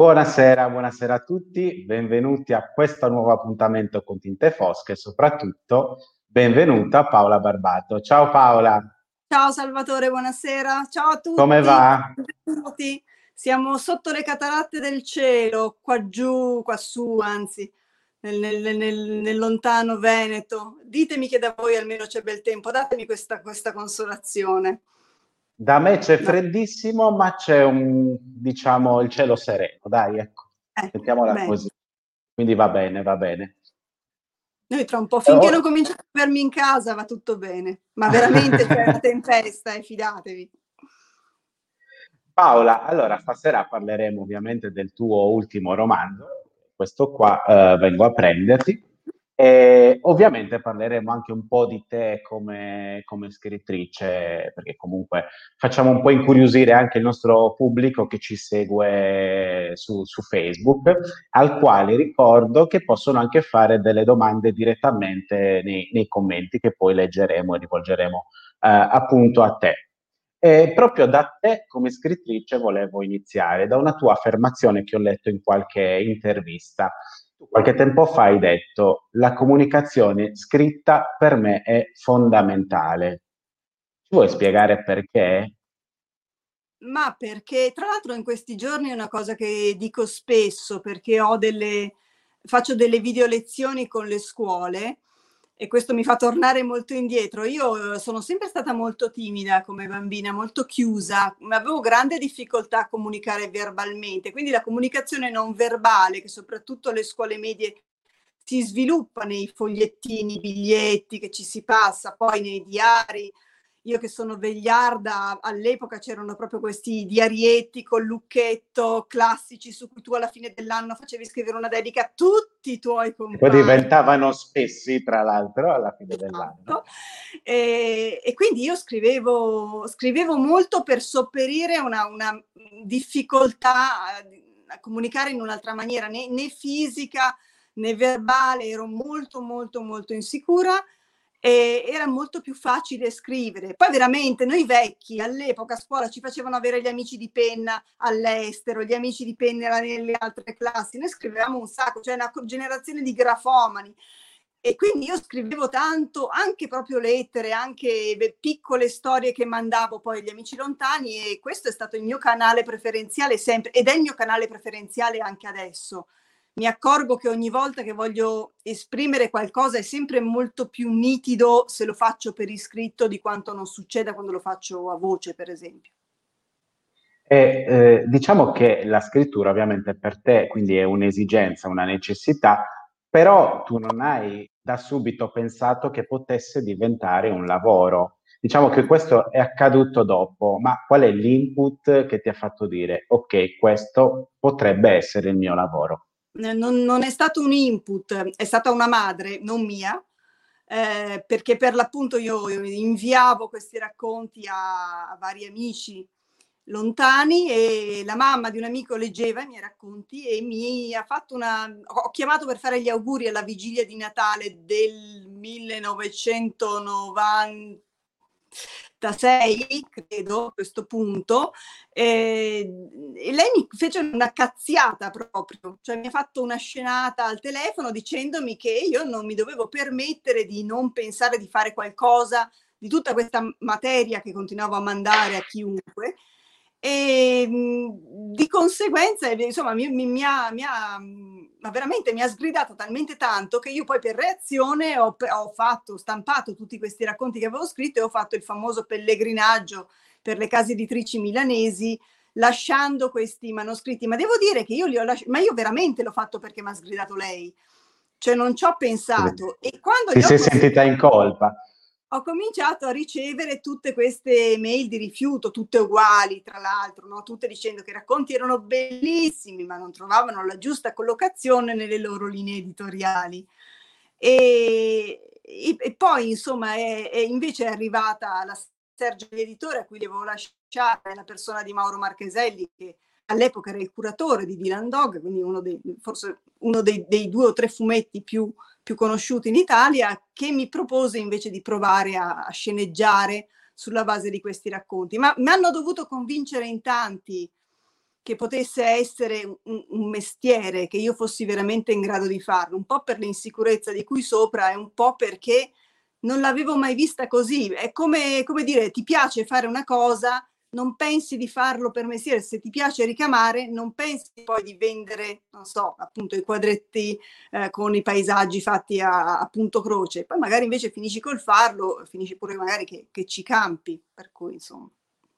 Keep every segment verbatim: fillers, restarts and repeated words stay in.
Buonasera, buonasera a tutti, benvenuti a questo nuovo appuntamento con Tinte Fosche e soprattutto benvenuta Paola Barbato. Ciao Paola, Ciao Salvatore, buonasera. Ciao a come tutti. va? Benvenuti. Siamo sotto le cataratte del cielo, qua giù, qua su, anzi, nel, nel- nel- nel lontano Veneto. Ditemi che da voi almeno c'è bel tempo, datemi questa, questa consolazione. Da me c'è No. freddissimo, ma c'è un, diciamo, il cielo sereno, dai, ecco, Eh, mettiamola bene. così. Quindi va bene, va bene. Noi tra un po', Eh, finché non oh, cominciamo a fermi in casa, va tutto bene. Ma veramente c'è una tempesta, eh, fidatevi. Paola, allora stasera parleremo ovviamente del tuo ultimo romanzo, questo qua, eh, Vengo a prenderti, e ovviamente parleremo anche un po' di te come, come scrittrice, perché comunque facciamo un po' incuriosire anche il nostro pubblico che ci segue su, su Facebook, al quale ricordo che possono anche fare delle domande direttamente nei, nei commenti che poi leggeremo e rivolgeremo eh, appunto a te. E proprio da te come scrittrice volevo iniziare, da una tua affermazione che ho letto in qualche intervista. Tu qualche tempo fa hai detto: la comunicazione scritta per me è fondamentale. Ci vuoi spiegare perché? Ma perché tra l'altro in questi giorni è una cosa che dico spesso, perché ho delle faccio delle video lezioni con le scuole e questo mi fa tornare molto indietro. Io eh, sono sempre stata molto timida come bambina, molto chiusa, ma avevo grande difficoltà a comunicare verbalmente, quindi la comunicazione non verbale, che soprattutto alle scuole medie si sviluppa nei fogliettini, i biglietti che ci si passa, poi nei diari. Io che sono vegliarda, all'epoca c'erano proprio questi diarietti col lucchetto classici su cui tu alla fine dell'anno facevi scrivere una dedica a tutti i tuoi E poi compagni. diventavano spessi, tra l'altro, alla fine dell'anno. Esatto. E, e quindi io scrivevo, scrivevo molto per sopperire una, una difficoltà a, a comunicare in un'altra maniera, né, né fisica né verbale, ero molto molto molto insicura e era molto più facile scrivere. Poi veramente noi vecchi all'epoca a scuola ci facevano avere gli amici di penna all'estero, gli amici di penna nelle altre classi, noi scrivevamo un sacco, cioè una generazione di grafomani. E quindi io scrivevo tanto, anche proprio lettere, anche beh, piccole storie che mandavo poi agli amici lontani e questo è stato il mio canale preferenziale sempre ed è il mio canale preferenziale anche adesso. Mi accorgo che ogni volta che voglio esprimere qualcosa è sempre molto più nitido se lo faccio per iscritto di quanto non succeda quando lo faccio a voce, per esempio. E, eh, diciamo che la scrittura ovviamente per te quindi è un'esigenza, una necessità, però tu non hai da subito pensato che potesse diventare un lavoro. Diciamo che questo è accaduto dopo, ma qual è l'input che ti ha fatto dire, ok, questo potrebbe essere il mio lavoro? Non, non è stato un input, è stata una madre, non mia, eh, perché per l'appunto io inviavo questi racconti a, a vari amici lontani e la mamma di un amico leggeva i miei racconti e mi ha fatto una... Ho chiamato per fare gli auguri alla vigilia di Natale del millenovecentonovantasei, credo, a questo punto, e, e lei mi fece una cazziata proprio, cioè mi ha fatto una scenata al telefono dicendomi che io non mi dovevo permettere di non pensare di fare qualcosa di tutta questa materia che continuavo a mandare a chiunque e mh, di conseguenza insomma mi, mi, mi, ha, mi ha ma veramente mi ha sgridato talmente tanto che io poi per reazione ho, ho fatto, stampato tutti questi racconti che avevo scritto e ho fatto il famoso pellegrinaggio per le case editrici milanesi lasciando questi manoscritti, ma devo dire che io li ho lasciati, ma io veramente l'ho fatto perché mi ha sgridato lei, cioè non ci ho Sì. pensato e quando Ti li ho sei sentita consegnati in colpa? ho cominciato a ricevere tutte queste mail di rifiuto, tutte uguali, tra l'altro, no? Tutte dicendo che i racconti erano bellissimi, ma non trovavano la giusta collocazione nelle loro linee editoriali. E, e, e poi, insomma, è, è invece è arrivata la Sergio Editore a cui devo lasciare la persona di Mauro Marcheselli, che all'epoca era il curatore di Dylan Dog, quindi uno dei, forse uno dei, dei due o tre fumetti più più conosciuti in Italia, che mi propose invece di provare a, a sceneggiare sulla base di questi racconti. Ma mi hanno dovuto convincere in tanti che potesse essere un, un mestiere, che io fossi veramente in grado di farlo, un po' per l'insicurezza di cui sopra e un po' perché non l'avevo mai vista così. È come, come dire, ti piace fare una cosa, non pensi di farlo per mestiere. Se ti piace ricamare, non pensi poi di vendere, non so, appunto i quadretti eh, con i paesaggi fatti a, a punto croce. Poi magari invece finisci col farlo, finisci pure magari che, che ci campi, per cui insomma.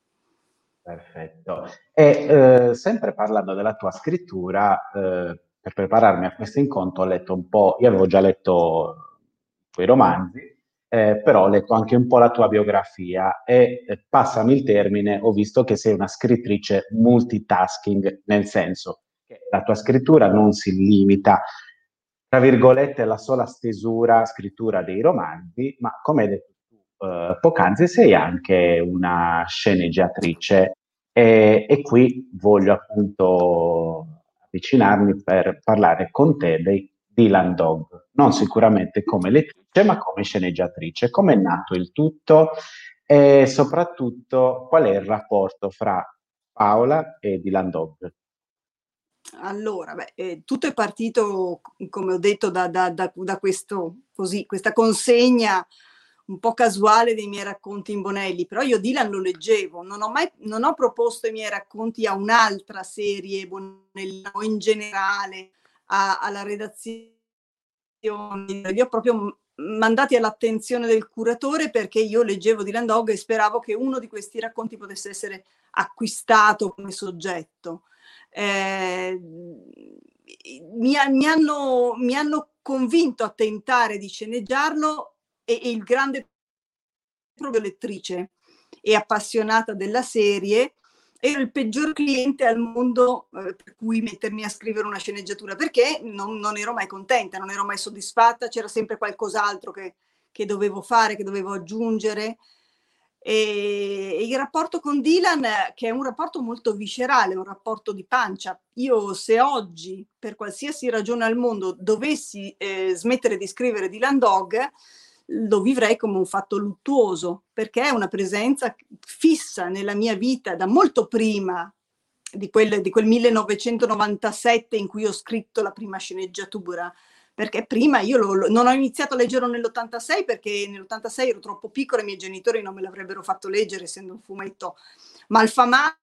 Perfetto. E eh, sempre parlando della tua scrittura, eh, per prepararmi a questo incontro ho letto un po', io avevo già letto i tuoi romanzi, eh, però ho letto anche un po' la tua biografia e, eh, passami il termine, ho visto che sei una scrittrice multitasking, nel senso che la tua scrittura non si limita, tra virgolette, alla sola stesura, scrittura dei romanzi, ma come hai detto tu, eh, poc'anzi sei anche una sceneggiatrice e, e qui voglio appunto avvicinarmi per parlare con te dei Dylan Dog, non sicuramente come lettrice, ma come sceneggiatrice. Come è nato il tutto e soprattutto qual è il rapporto fra Paola e Dylan Dog? Allora, beh, eh, tutto è partito, come ho detto, da, da, da, da questo, così, questa consegna un po' casuale dei miei racconti in Bonelli, però io Dylan lo leggevo, non ho mai non ho proposto i miei racconti a un'altra serie Bonelli o in generale a, alla redazione, li ho proprio mandati all'attenzione del curatore perché io leggevo Dylan Dog e speravo che uno di questi racconti potesse essere acquistato come soggetto. Eh, mi, mi, hanno, mi hanno convinto a tentare di sceneggiarlo e, e il grande proprio lettrice e appassionata della serie, ero il peggior cliente al mondo eh, per cui mettermi a scrivere una sceneggiatura, perché non, non ero mai contenta, non ero mai soddisfatta, c'era sempre qualcos'altro che, che dovevo fare, che dovevo aggiungere. E, e il rapporto con Dylan, che è un rapporto molto viscerale, un rapporto di pancia. Io se oggi, per qualsiasi ragione al mondo, dovessi eh, smettere di scrivere Dylan Dog, lo vivrei come un fatto luttuoso, perché è una presenza fissa nella mia vita da molto prima di quel, di quel millenovecentonovantasette in cui ho scritto la prima sceneggiatura, perché prima io lo, lo, non ho iniziato a leggerlo nell'ottantasei perché nell'ottantasei ero troppo piccola e i miei genitori non me l'avrebbero fatto leggere, essendo un fumetto malfamato,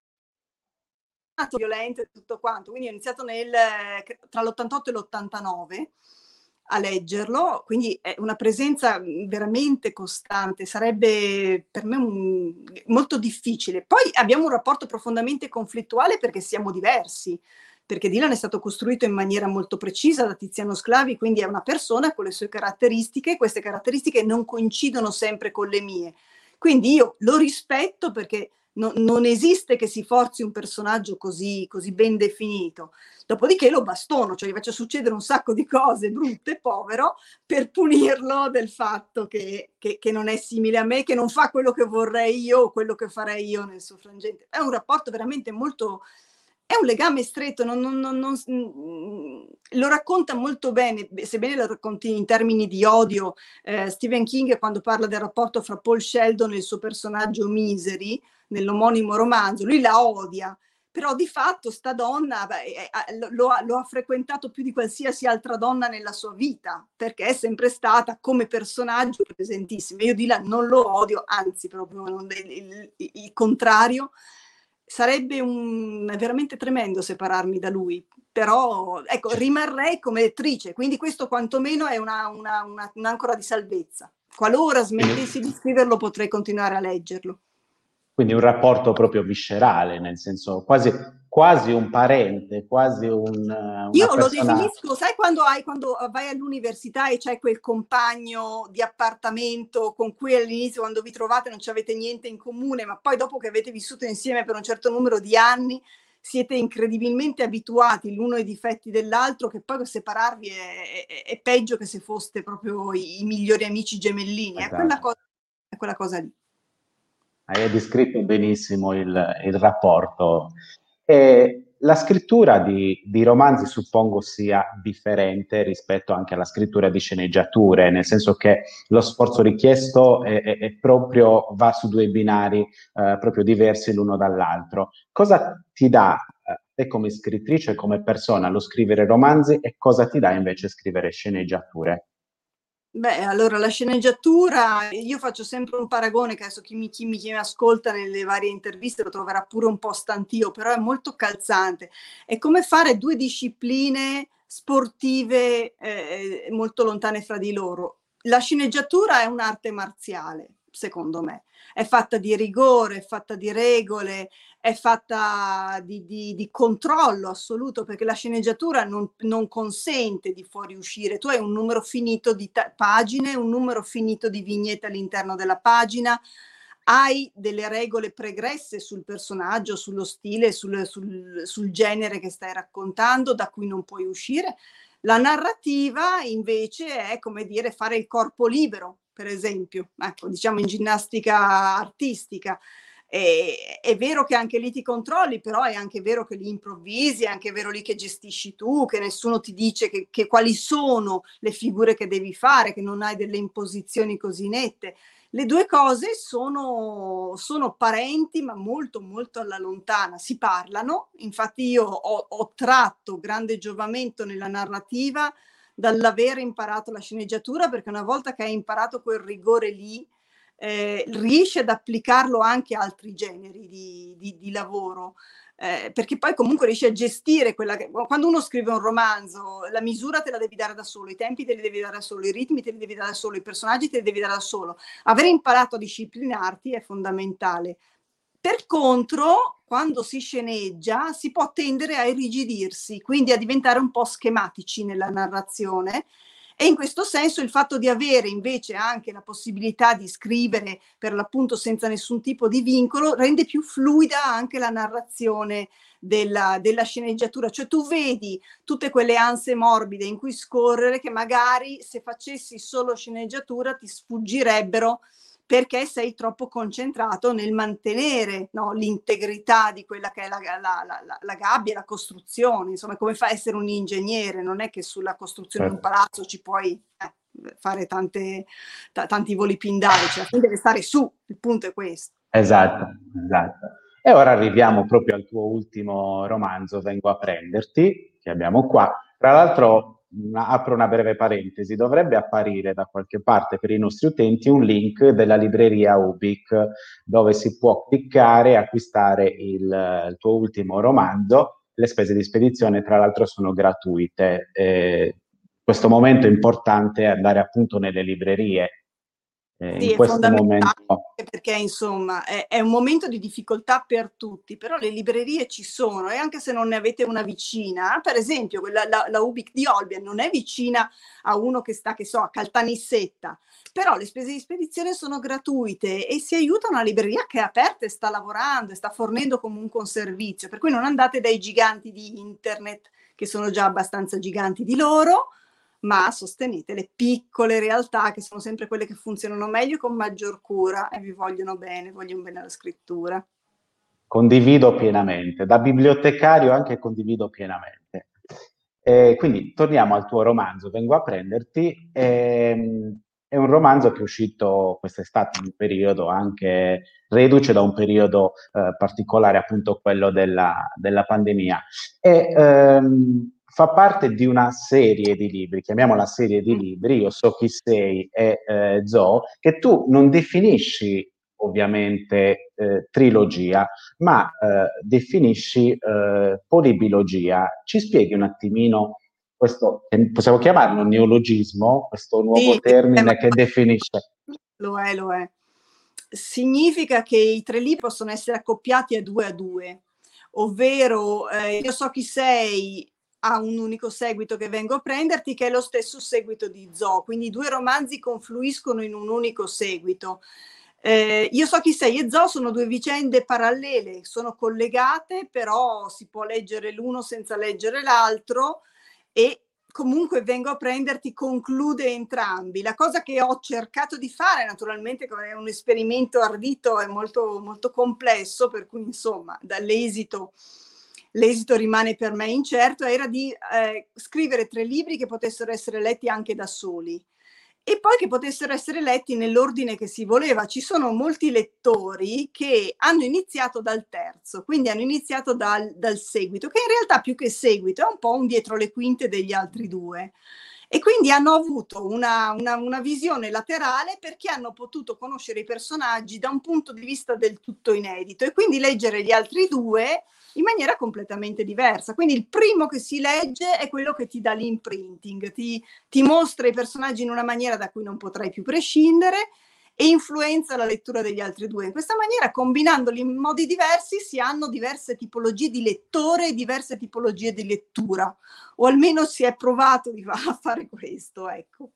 violento e tutto quanto, quindi ho iniziato nel, tra l'ottantotto e l'ottantanove a leggerlo, quindi è una presenza veramente costante, sarebbe per me un, molto difficile. Poi abbiamo un rapporto profondamente conflittuale perché siamo diversi, perché Dylan è stato costruito in maniera molto precisa da Tiziano Sclavi, quindi è una persona con le sue caratteristiche, queste caratteristiche non coincidono sempre con le mie. Quindi io lo rispetto perché no, non esiste che si forzi un personaggio così, così ben definito. Dopodiché lo bastono, cioè gli faccio succedere un sacco di cose brutte, povero, per punirlo del fatto che, che, che non è simile a me, che non fa quello che vorrei io o quello che farei io nel suo frangente. È un rapporto veramente molto... È un legame stretto, non, non, non, non, lo racconta molto bene, sebbene lo racconti in termini di odio. Eh, Stephen King, quando parla del rapporto fra Paul Sheldon e il suo personaggio Misery, nell'omonimo romanzo, lui la odia, però di fatto sta donna beh, lo, ha, lo ha frequentato più di qualsiasi altra donna nella sua vita, perché è sempre stata come personaggio presentissima. Io Dylan non lo odio, anzi proprio il, il, il contrario. Sarebbe un, veramente tremendo separarmi da lui, però ecco, rimarrei come lettrice, quindi questo quantomeno è una, una, una, un'ancora di salvezza. Qualora smettessi di scriverlo potrei continuare a leggerlo. Quindi un rapporto proprio viscerale, nel senso quasi, quasi un parente, quasi un, una Io lo persona... definisco, sai quando, hai, quando vai all'università e c'è quel compagno di appartamento con cui all'inizio quando vi trovate non avete niente in comune, ma poi dopo che avete vissuto insieme per un certo numero di anni siete incredibilmente abituati l'uno ai difetti dell'altro, che poi separarvi è, è, è peggio che se foste proprio i, i migliori amici gemellini. È quella cosa, è quella cosa lì. Hai descritto benissimo il, il rapporto. E la scrittura di, di romanzi suppongo sia differente rispetto anche alla scrittura di sceneggiature, nel senso che lo sforzo richiesto è, è, è proprio, va su due binari eh, proprio diversi l'uno dall'altro. Cosa ti dà eh, te come scrittrice, come persona, lo scrivere romanzi e cosa ti dà invece scrivere sceneggiature? Beh, allora la sceneggiatura, io faccio sempre un paragone, che adesso chi mi, chi mi, chi mi ascolta nelle varie interviste lo troverà pure un po' stantio, però è molto calzante. È come fare due discipline sportive eh, molto lontane fra di loro. La sceneggiatura è un'arte marziale, secondo me. È fatta di rigore, è fatta di regole, è fatta di, di, di controllo assoluto, perché la sceneggiatura non, non consente di fuoriuscire. Tu hai un numero finito di pagine, un numero finito di vignette all'interno della pagina, hai delle regole pregresse sul personaggio, sullo stile, sul, sul, sul genere che stai raccontando, da cui non puoi uscire. La narrativa invece è, come dire, fare il corpo libero, per esempio, ecco, diciamo in ginnastica artistica. E, è vero che anche lì ti controlli, però è anche vero che li improvvisi, è anche vero lì che gestisci tu, che nessuno ti dice che, che quali sono le figure che devi fare, che non hai delle imposizioni così nette. Le due cose sono, sono parenti, ma molto molto alla lontana. Si parlano, infatti io ho, ho tratto grande giovamento nella narrativa dall'aver imparato la sceneggiatura, perché una volta che hai imparato quel rigore lì, eh, riesci ad applicarlo anche a altri generi di, di, di lavoro. Eh, perché poi comunque riesci a gestire quella che, quando uno scrive un romanzo, la misura te la devi dare da solo, i tempi te li devi dare da solo, i ritmi te li devi dare da solo, i personaggi te li devi dare da solo. Aver imparato a disciplinarti è fondamentale. Per contro, quando si sceneggia, si può tendere a irrigidirsi, quindi a diventare un po' schematici nella narrazione. E in questo senso il fatto di avere invece anche la possibilità di scrivere per l'appunto senza nessun tipo di vincolo rende più fluida anche la narrazione della, della sceneggiatura. Cioè tu vedi tutte quelle ansie morbide in cui scorrere che magari se facessi solo sceneggiatura ti sfuggirebbero, perché sei troppo concentrato nel mantenere, no, l'integrità di quella che è la, la, la, la gabbia, la costruzione. Insomma, come fa a essere un ingegnere? Non è che sulla costruzione di un palazzo ci puoi eh, fare tante, t- tanti voli pindarici, cioè, deve stare su, il punto è questo. Esatto, esatto. E ora arriviamo proprio al tuo ultimo romanzo, Vengo a prenderti, che abbiamo qua. Tra l'altro, una, apro una breve parentesi, dovrebbe apparire da qualche parte per i nostri utenti un link della libreria Ubic, dove si può cliccare e acquistare il, il tuo ultimo romanzo. Le spese di spedizione, tra l'altro, sono gratuite. Eh, in questo momento è importante andare appunto nelle librerie. Eh, Sì, in è questo fondamentale, momento... perché insomma è, è un momento di difficoltà per tutti, però le librerie ci sono, e anche se non ne avete una vicina, per esempio quella, la, la Ubic di Olbia non è vicina a uno che sta, che so, a Caltanissetta, però le spese di spedizione sono gratuite e si aiuta una libreria che è aperta e sta lavorando e sta fornendo comunque un servizio, per cui non andate dai giganti di internet che sono già abbastanza giganti di loro, ma sostenete le piccole realtà che sono sempre quelle che funzionano meglio e con maggior cura e vi vogliono bene, vogliono bene alla scrittura. Condivido pienamente, da bibliotecario anche condivido pienamente. Eh, quindi torniamo al tuo romanzo, Vengo a prenderti. Ehm, è un romanzo che è uscito quest'estate, in un periodo anche reduce da un periodo eh, particolare, appunto quello della, della pandemia. E ehm, fa parte di una serie di libri, chiamiamola serie di libri, Io so chi sei e eh, Zoo, che tu non definisci ovviamente eh, trilogia, ma eh, definisci eh, polibilogia. Ci spieghi un attimino questo, possiamo chiamarlo neologismo, questo nuovo Sì, eh, ma termine che definisce? lo è, lo è. Significa che i tre libri possono essere accoppiati a due a due, ovvero eh, Io so chi sei ha un unico seguito, Che vengo a prenderti, che è lo stesso seguito di Zoo, quindi i due romanzi confluiscono in un unico seguito. Eh, Io so chi sei e Zoo sono due vicende parallele, sono collegate, però si può leggere l'uno senza leggere l'altro, e comunque Vengo a prenderti conclude entrambi. La cosa che ho cercato di fare, naturalmente è un esperimento ardito e molto, molto complesso, per cui insomma dall'esito l'esito rimane per me incerto, era di eh, scrivere tre libri che potessero essere letti anche da soli. e poi che potessero essere letti nell'ordine che si voleva. Ci sono molti lettori che hanno iniziato dal terzo, quindi hanno iniziato dal, dal seguito, che in realtà più che seguito è un po' un dietro le quinte degli altri due. E quindi hanno avuto una, una, una visione laterale perché hanno potuto conoscere i personaggi da un punto di vista del tutto inedito e quindi leggere gli altri due in maniera completamente diversa. Quindi il primo che si legge è quello che ti dà l'imprinting, ti, ti mostra i personaggi in una maniera da cui non potrai più prescindere e influenza la lettura degli altri due. In questa maniera, combinandoli in modi diversi, si hanno diverse tipologie di lettore e diverse tipologie di lettura, o almeno si è provato a fare questo, ecco.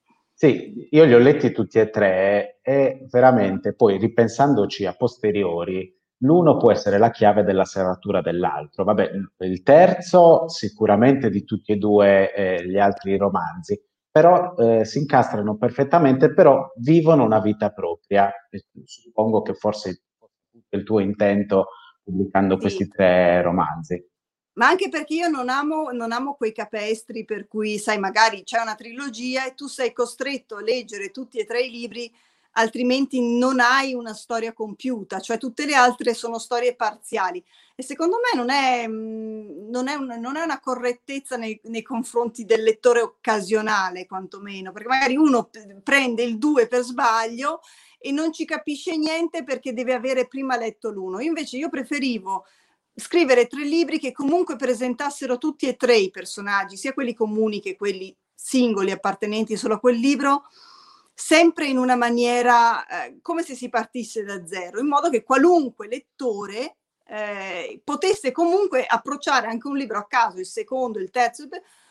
Sì, io li ho letti tutti e tre e veramente poi ripensandoci a posteriori, l'uno può essere la chiave della serratura dell'altro. Vabbè, il terzo sicuramente di tutti e due eh, gli altri romanzi, però eh, si incastrano perfettamente, però vivono una vita propria. E suppongo che forse il tuo intento pubblicando Sì. questi tre romanzi. Ma anche perché io non amo, non amo quei capestri per cui, sai, magari c'è una trilogia e tu sei costretto a leggere tutti e tre i libri, altrimenti non hai una storia compiuta, cioè tutte le altre sono storie parziali. E secondo me non è, non è, un, non è una correttezza nei, nei confronti del lettore occasionale, quantomeno, perché magari uno prende il due per sbaglio e non ci capisce niente perché deve avere prima letto l'uno. Invece io preferivo scrivere tre libri che comunque presentassero tutti e tre i personaggi, sia quelli comuni che quelli singoli appartenenti solo a quel libro, sempre in una maniera eh, come se si partisse da zero, in modo che qualunque lettore eh, potesse comunque approcciare anche un libro a caso, il secondo, il terzo,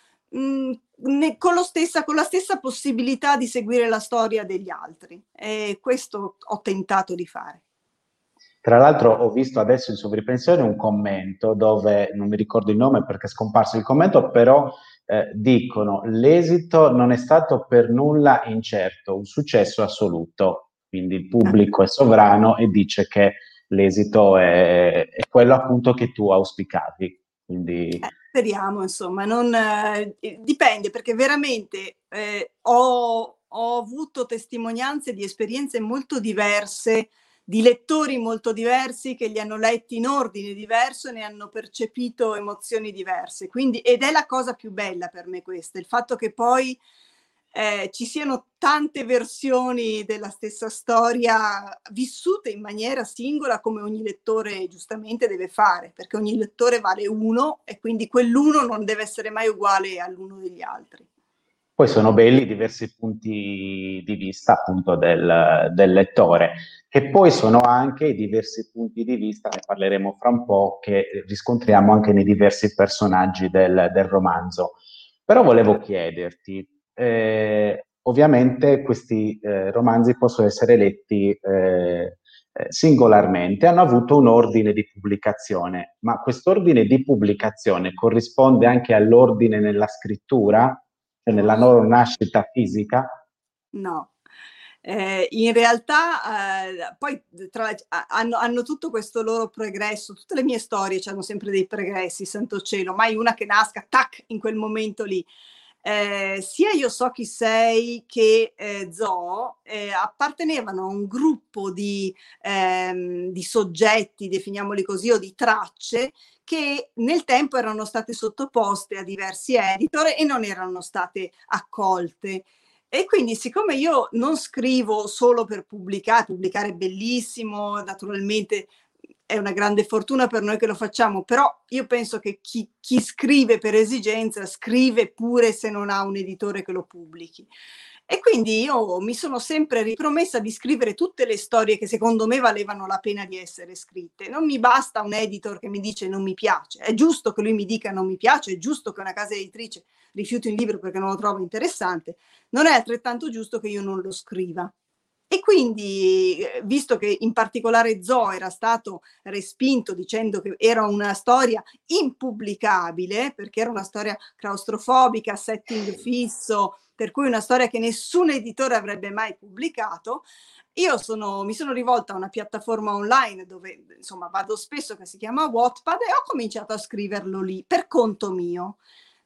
mh, ne, con, lo stessa, con la stessa possibilità di seguire la storia degli altri. E questo ho tentato di fare. Tra l'altro ho visto adesso in sovripensione un commento dove, non mi ricordo il nome perché è scomparso il commento, però eh, dicono l'esito non è stato per nulla incerto, un successo assoluto, quindi il pubblico è sovrano e dice che l'esito è, è quello appunto che tu auspicavi. Quindi... Eh, speriamo, insomma, non, eh, dipende perché veramente eh, ho, ho avuto testimonianze di esperienze molto diverse, di lettori molto diversi che li hanno letti in ordine diverso e ne hanno percepito emozioni diverse. Quindi, ed è la cosa più bella per me questa, il fatto che poi eh, ci siano tante versioni della stessa storia vissute in maniera singola come ogni lettore giustamente deve fare, perché ogni lettore vale uno e quindi quell'uno non deve essere mai uguale all'uno degli altri. Poi sono belli i diversi punti di vista appunto del, del lettore, che poi sono anche i diversi punti di vista, ne parleremo fra un po', che riscontriamo anche nei diversi personaggi del, del romanzo. Però volevo chiederti, eh, ovviamente questi eh, romanzi possono essere letti eh, eh, singolarmente, hanno avuto un ordine di pubblicazione, ma quest'ordine di pubblicazione corrisponde anche all'ordine nella scrittura? Cioè nella loro nascita fisica? No. Eh, in realtà eh, poi tra, hanno, hanno tutto questo loro progresso, tutte le mie storie hanno sempre dei progressi, santo cielo, mai una che nasca, tac, in quel momento lì. Eh, sia Io so chi sei che eh, Zoo eh, appartenevano a un gruppo di, ehm, di soggetti, definiamoli così, o di tracce che nel tempo erano state sottoposte a diversi editor e non erano state accolte. E quindi siccome io non scrivo solo per pubblicare, pubblicare è bellissimo, naturalmente è una grande fortuna per noi che lo facciamo, però io penso che chi, chi scrive per esigenza scrive pure se non ha un editore che lo pubblichi. E quindi io mi sono sempre ripromessa di scrivere tutte le storie che secondo me valevano la pena di essere scritte. Non mi basta un editor che mi dice non mi piace, è giusto che lui mi dica non mi piace, è giusto che una casa editrice rifiuti un libro perché non lo trovo interessante, non è altrettanto giusto che io non lo scriva. E quindi, visto che in particolare Zoo era stato respinto dicendo che era una storia impubblicabile, perché era una storia claustrofobica, setting fisso, per cui una storia che nessun editore avrebbe mai pubblicato, io sono, mi sono rivolta a una piattaforma online dove insomma vado spesso, che si chiama Wattpad, e ho cominciato a scriverlo lì per conto mio.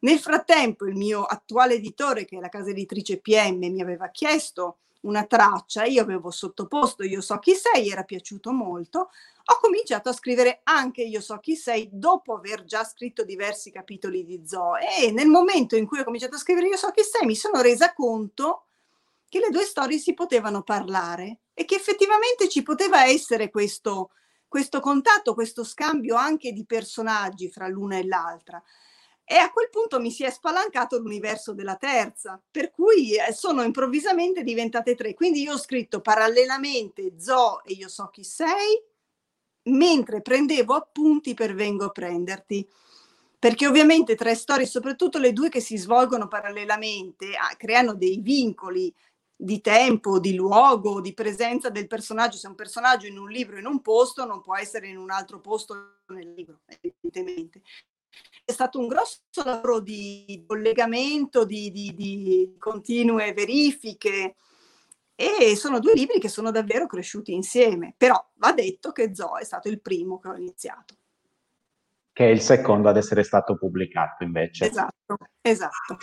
Nel frattempo il mio attuale editore, che è la casa editrice P M, mi aveva chiesto una traccia, io avevo sottoposto Io so chi sei, era piaciuto molto, ho cominciato a scrivere anche Io so chi sei dopo aver già scritto diversi capitoli di Zoe, e nel momento in cui ho cominciato a scrivere Io so chi sei mi sono resa conto che le due storie si potevano parlare e che effettivamente ci poteva essere questo, questo contatto, questo scambio anche di personaggi fra l'una e l'altra. E a quel punto mi si è spalancato l'universo della terza, per cui sono improvvisamente diventate tre. Quindi io ho scritto parallelamente Zoe e Io so chi sei, mentre prendevo appunti per Vengo a prenderti. Perché ovviamente tre storie, soprattutto le due che si svolgono parallelamente, ah, creano dei vincoli di tempo, di luogo, di presenza del personaggio. Se un personaggio in un libro in un posto non può essere in un altro posto nel libro, evidentemente. È stato un grosso lavoro di collegamento, di, di, di continue verifiche, e sono due libri che sono davvero cresciuti insieme, però va detto che Zoe è stato il primo che ho iniziato. Che è il secondo ad essere stato pubblicato invece. Esatto, esatto.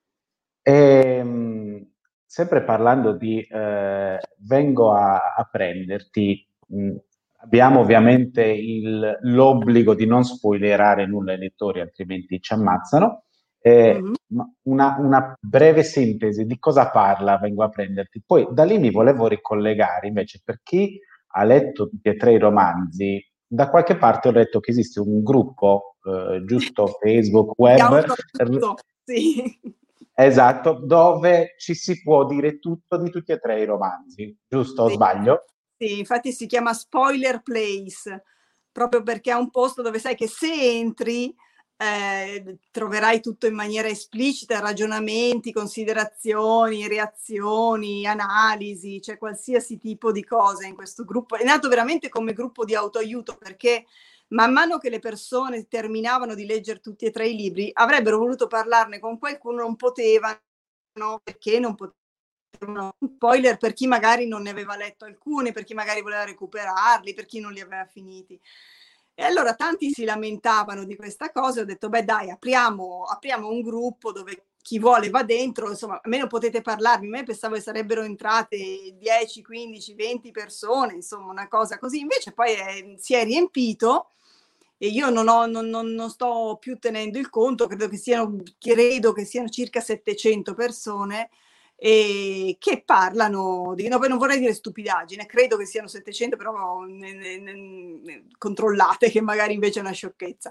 E, sempre parlando di eh, Vengo a, a prenderti, mh, abbiamo ovviamente il, l'obbligo di non spoilerare nulla ai lettori, altrimenti ci ammazzano. Eh, Mm-hmm. una, una breve sintesi di cosa parla Vengo a prenderti. Poi da lì mi volevo ricollegare invece per chi ha letto tutti e tre i romanzi. Da qualche parte ho letto che esiste un gruppo, eh, giusto, Facebook, web. Sì. Esatto, dove ci si può dire tutto di tutti e tre i romanzi, giusto o Sì. sbaglio? Sì, infatti si chiama Spoiler Place, proprio perché è un posto dove sai che se entri eh, troverai tutto in maniera esplicita, ragionamenti, considerazioni, reazioni, analisi, cioè qualsiasi tipo di cosa in questo gruppo. È nato veramente come gruppo di autoaiuto, perché man mano che le persone terminavano di leggere tutti e tre i libri, avrebbero voluto parlarne con qualcuno, non potevano, perché non potevano. Spoiler per chi magari non ne aveva letto alcuni, per chi magari voleva recuperarli, per chi non li aveva finiti. E allora tanti si lamentavano di questa cosa, ho detto beh dai, apriamo, apriamo un gruppo dove chi vuole va dentro, insomma, almeno potete parlarmi. A me pensavo che sarebbero entrate dieci, quindici, venti persone, insomma, una cosa così. Invece poi è, si è riempito, e io non, ho, non, non, non sto più tenendo il conto, credo che siano, credo che siano circa settecento persone, e che parlano di, no, non vorrei dire stupidaggine, credo che siano settecento, però ne, ne, ne, controllate, che magari invece è una sciocchezza.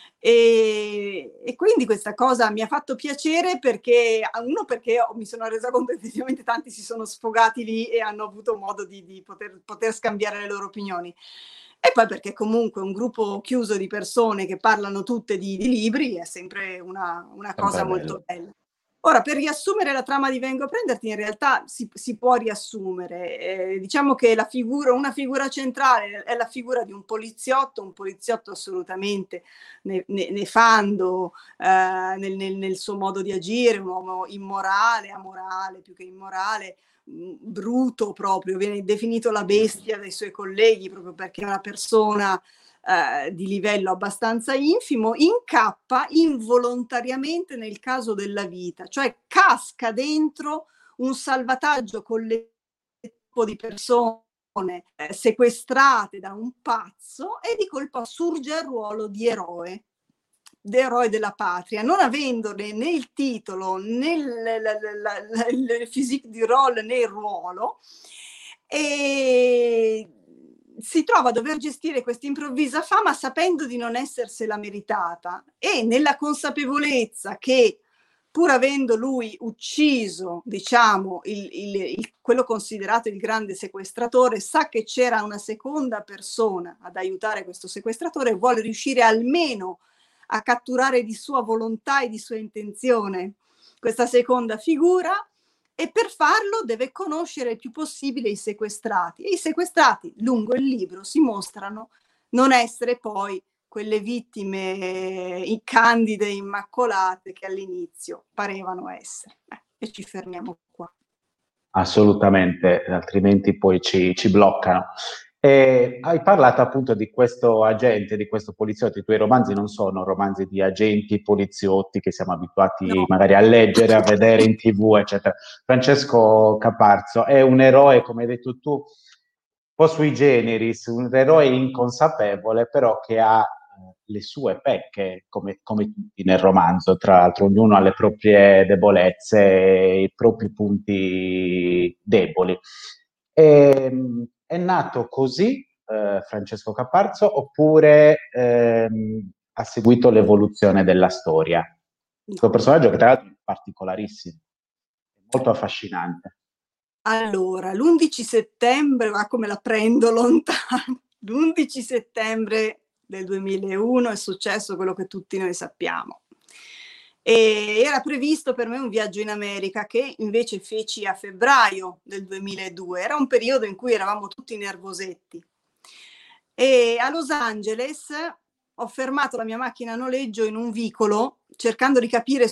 E, e quindi questa cosa mi ha fatto piacere, perché uno, perché mi sono resa conto che effettivamente tanti si sono sfogati lì e hanno avuto modo di, di poter, poter scambiare le loro opinioni, e poi perché comunque un gruppo chiuso di persone che parlano tutte di, di libri è sempre una, una cosa molto bella. Ora, per riassumere la trama di Vengo a prenderti, in realtà si, si può riassumere. Eh, diciamo che la figura, una figura centrale è la figura di un poliziotto, un poliziotto assolutamente ne, ne, nefando eh, nel, nel, nel suo modo di agire, un uomo immorale, amorale più che immorale, mh, bruto proprio, viene definito la bestia dai suoi colleghi proprio perché è una persona Eh, di livello abbastanza infimo, incappa involontariamente nel caso della vita, cioè casca dentro un salvataggio collettivo di persone eh, sequestrate da un pazzo, e di colpo assurge al ruolo di eroe, di eroe della patria, non avendone né il titolo né il physique du rôle né il ruolo, e si trova a dover gestire questa improvvisa fama sapendo di non essersela meritata, e nella consapevolezza che, pur avendo lui ucciso, diciamo, il, il, il, quello considerato il grande sequestratore, sa che c'era una seconda persona ad aiutare questo sequestratore e vuole riuscire almeno a catturare di sua volontà e di sua intenzione questa seconda figura, e per farlo deve conoscere il più possibile i sequestrati, e i sequestrati lungo il libro si mostrano non essere poi quelle vittime candide e immacolate che all'inizio parevano essere. Eh, e ci fermiamo qua. Assolutamente, altrimenti poi ci, ci bloccano. E hai parlato appunto di questo agente, di questo poliziotto. I tuoi romanzi non sono romanzi di agenti, poliziotti che siamo abituati No. magari a leggere, a vedere in T V, eccetera. Francesco Caparzo è un eroe, come hai detto tu, un po' sui generis, un eroe inconsapevole, però che ha eh, le sue pecche, come, come tutti nel romanzo, tra l'altro, ognuno ha le proprie debolezze, e i propri punti deboli. E, è nato così eh, Francesco Caparzo oppure ehm, ha seguito l'evoluzione della storia? Questo No. personaggio che tra l'altro è particolarissimo, è molto affascinante. Allora, l'undici settembre, va come la prendo lontano, l'undici settembre del duemilauno è successo quello che tutti noi sappiamo. E era previsto per me un viaggio in America che invece feci a febbraio del duemiladue. Era un periodo in cui eravamo tutti nervosetti. E a Los Angeles ho fermato la mia macchina a noleggio in un vicolo cercando di capire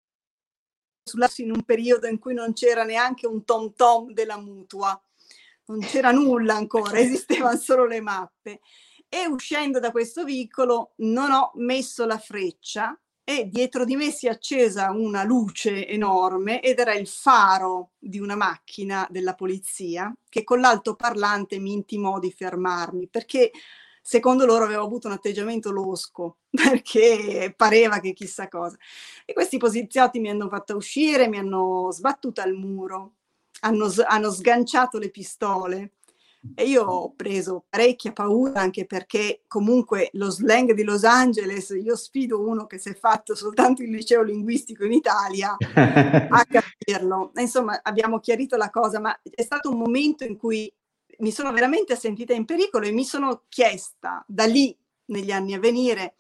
in un periodo in cui non c'era neanche un tom tom della mutua, non c'era nulla ancora, esistevano solo le mappe. E uscendo da questo vicolo non ho messo la freccia e dietro di me si è accesa una luce enorme ed era il faro di una macchina della polizia che con l'altoparlante mi intimò di fermarmi perché secondo loro avevo avuto un atteggiamento losco, perché pareva che chissà cosa. E questi poliziotti mi hanno fatta uscire, mi hanno sbattuta al muro, hanno, hanno sganciato le pistole e io ho preso parecchia paura, anche perché comunque lo slang di Los Angeles, io sfido uno che si è fatto soltanto il liceo linguistico in Italia a capirlo. Insomma, abbiamo chiarito la cosa, ma è stato un momento in cui mi sono veramente sentita in pericolo e mi sono chiesta da lì, negli anni a venire,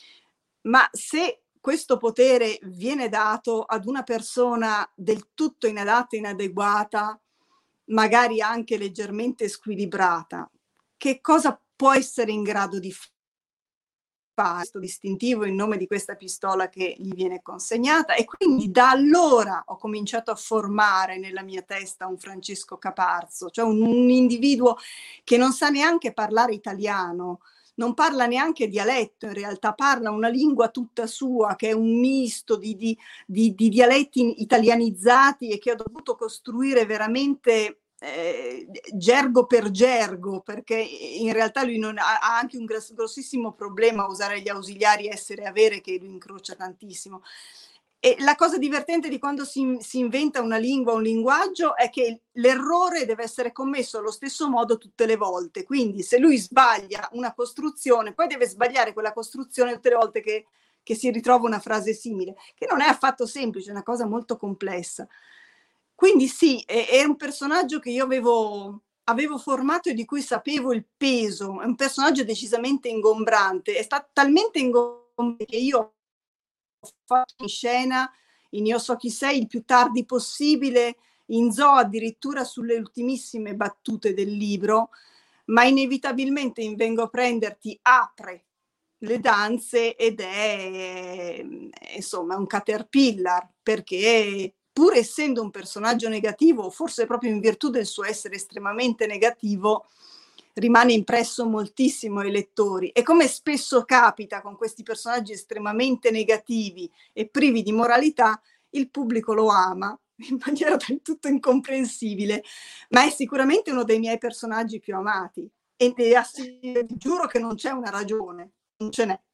ma se questo potere viene dato ad una persona del tutto inadatta, inadeguata, magari anche leggermente squilibrata, che cosa può essere in grado di fare? Questo distintivo in nome di questa pistola che gli viene consegnata e quindi da allora ho cominciato a formare nella mia testa un Francesco Caparzo, cioè un, un individuo che non sa neanche parlare italiano, non parla neanche dialetto, in realtà parla una lingua tutta sua che è un misto di, di, di, di dialetti italianizzati e che ho dovuto costruire veramente Eh, gergo per gergo, perché in realtà lui non ha, ha anche un grossissimo problema a usare gli ausiliari essere e avere, che lui incrocia tantissimo. E la cosa divertente di quando si, si inventa una lingua, un linguaggio, è che l'errore deve essere commesso allo stesso modo tutte le volte. Quindi se lui sbaglia una costruzione, poi deve sbagliare quella costruzione tutte le volte che, che si ritrova una frase simile, che non è affatto semplice, è una cosa molto complessa. Quindi sì, è, è un personaggio che io avevo, avevo formato e di cui sapevo il peso, è un personaggio decisamente ingombrante, è stato talmente ingombrante che io ho fatto in scena in Io so chi sei il più tardi possibile, in zoo addirittura sulle ultimissime battute del libro, ma inevitabilmente in Vengo a prenderti apre le danze ed è insomma un caterpillar, perché pur essendo un personaggio negativo, forse proprio in virtù del suo essere estremamente negativo, rimane impresso moltissimo ai lettori. E come spesso capita con questi personaggi estremamente negativi e privi di moralità, il pubblico lo ama in maniera del tutto incomprensibile, ma è sicuramente uno dei miei personaggi più amati. E ti giuro che non c'è una ragione, non ce n'è.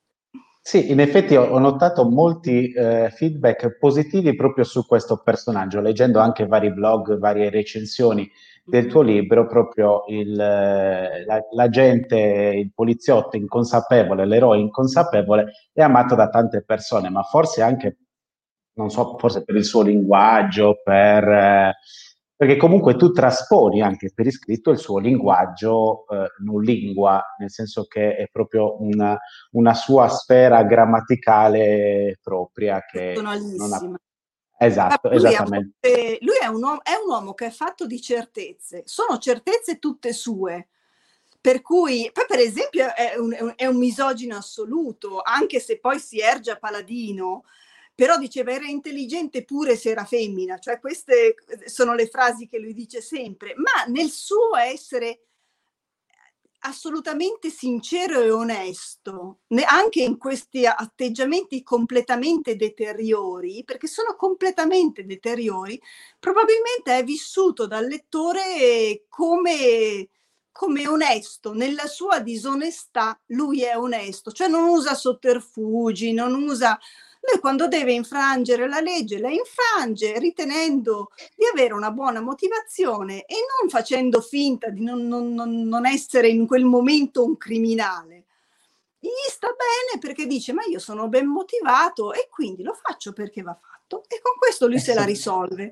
Sì, in effetti ho, ho notato molti eh, feedback positivi proprio su questo personaggio, leggendo anche vari blog, varie recensioni del tuo libro, proprio il, eh, la, la gente, il poliziotto inconsapevole, l'eroe inconsapevole è amato da tante persone, ma forse anche, non so, forse per il suo linguaggio, per, eh, perché comunque tu trasponi anche per iscritto il suo linguaggio eh, non lingua, nel senso che è proprio una, una sua sfera grammaticale propria che non ha... Personalissima. Esatto, Lui, a esattamente. volte, lui è, un uomo, è un uomo che è fatto di certezze, sono certezze tutte sue. Per cui, poi per esempio è un, è un misogino assoluto, anche se poi si erge a paladino, però diceva era intelligente pure se era femmina, cioè queste sono le frasi che lui dice sempre, ma nel suo essere assolutamente sincero e onesto, anche in questi atteggiamenti completamente deteriori, perché sono completamente deteriori, probabilmente è vissuto dal lettore come, come onesto. Nella sua disonestà lui è onesto, cioè non usa sotterfugi, non usa... Lui quando deve infrangere la legge la infrange ritenendo di avere una buona motivazione e non facendo finta di non, non, non essere in quel momento un criminale. Gli sta bene perché dice ma io sono ben motivato e quindi lo faccio perché va fatto, e con questo lui E se la se- risolve.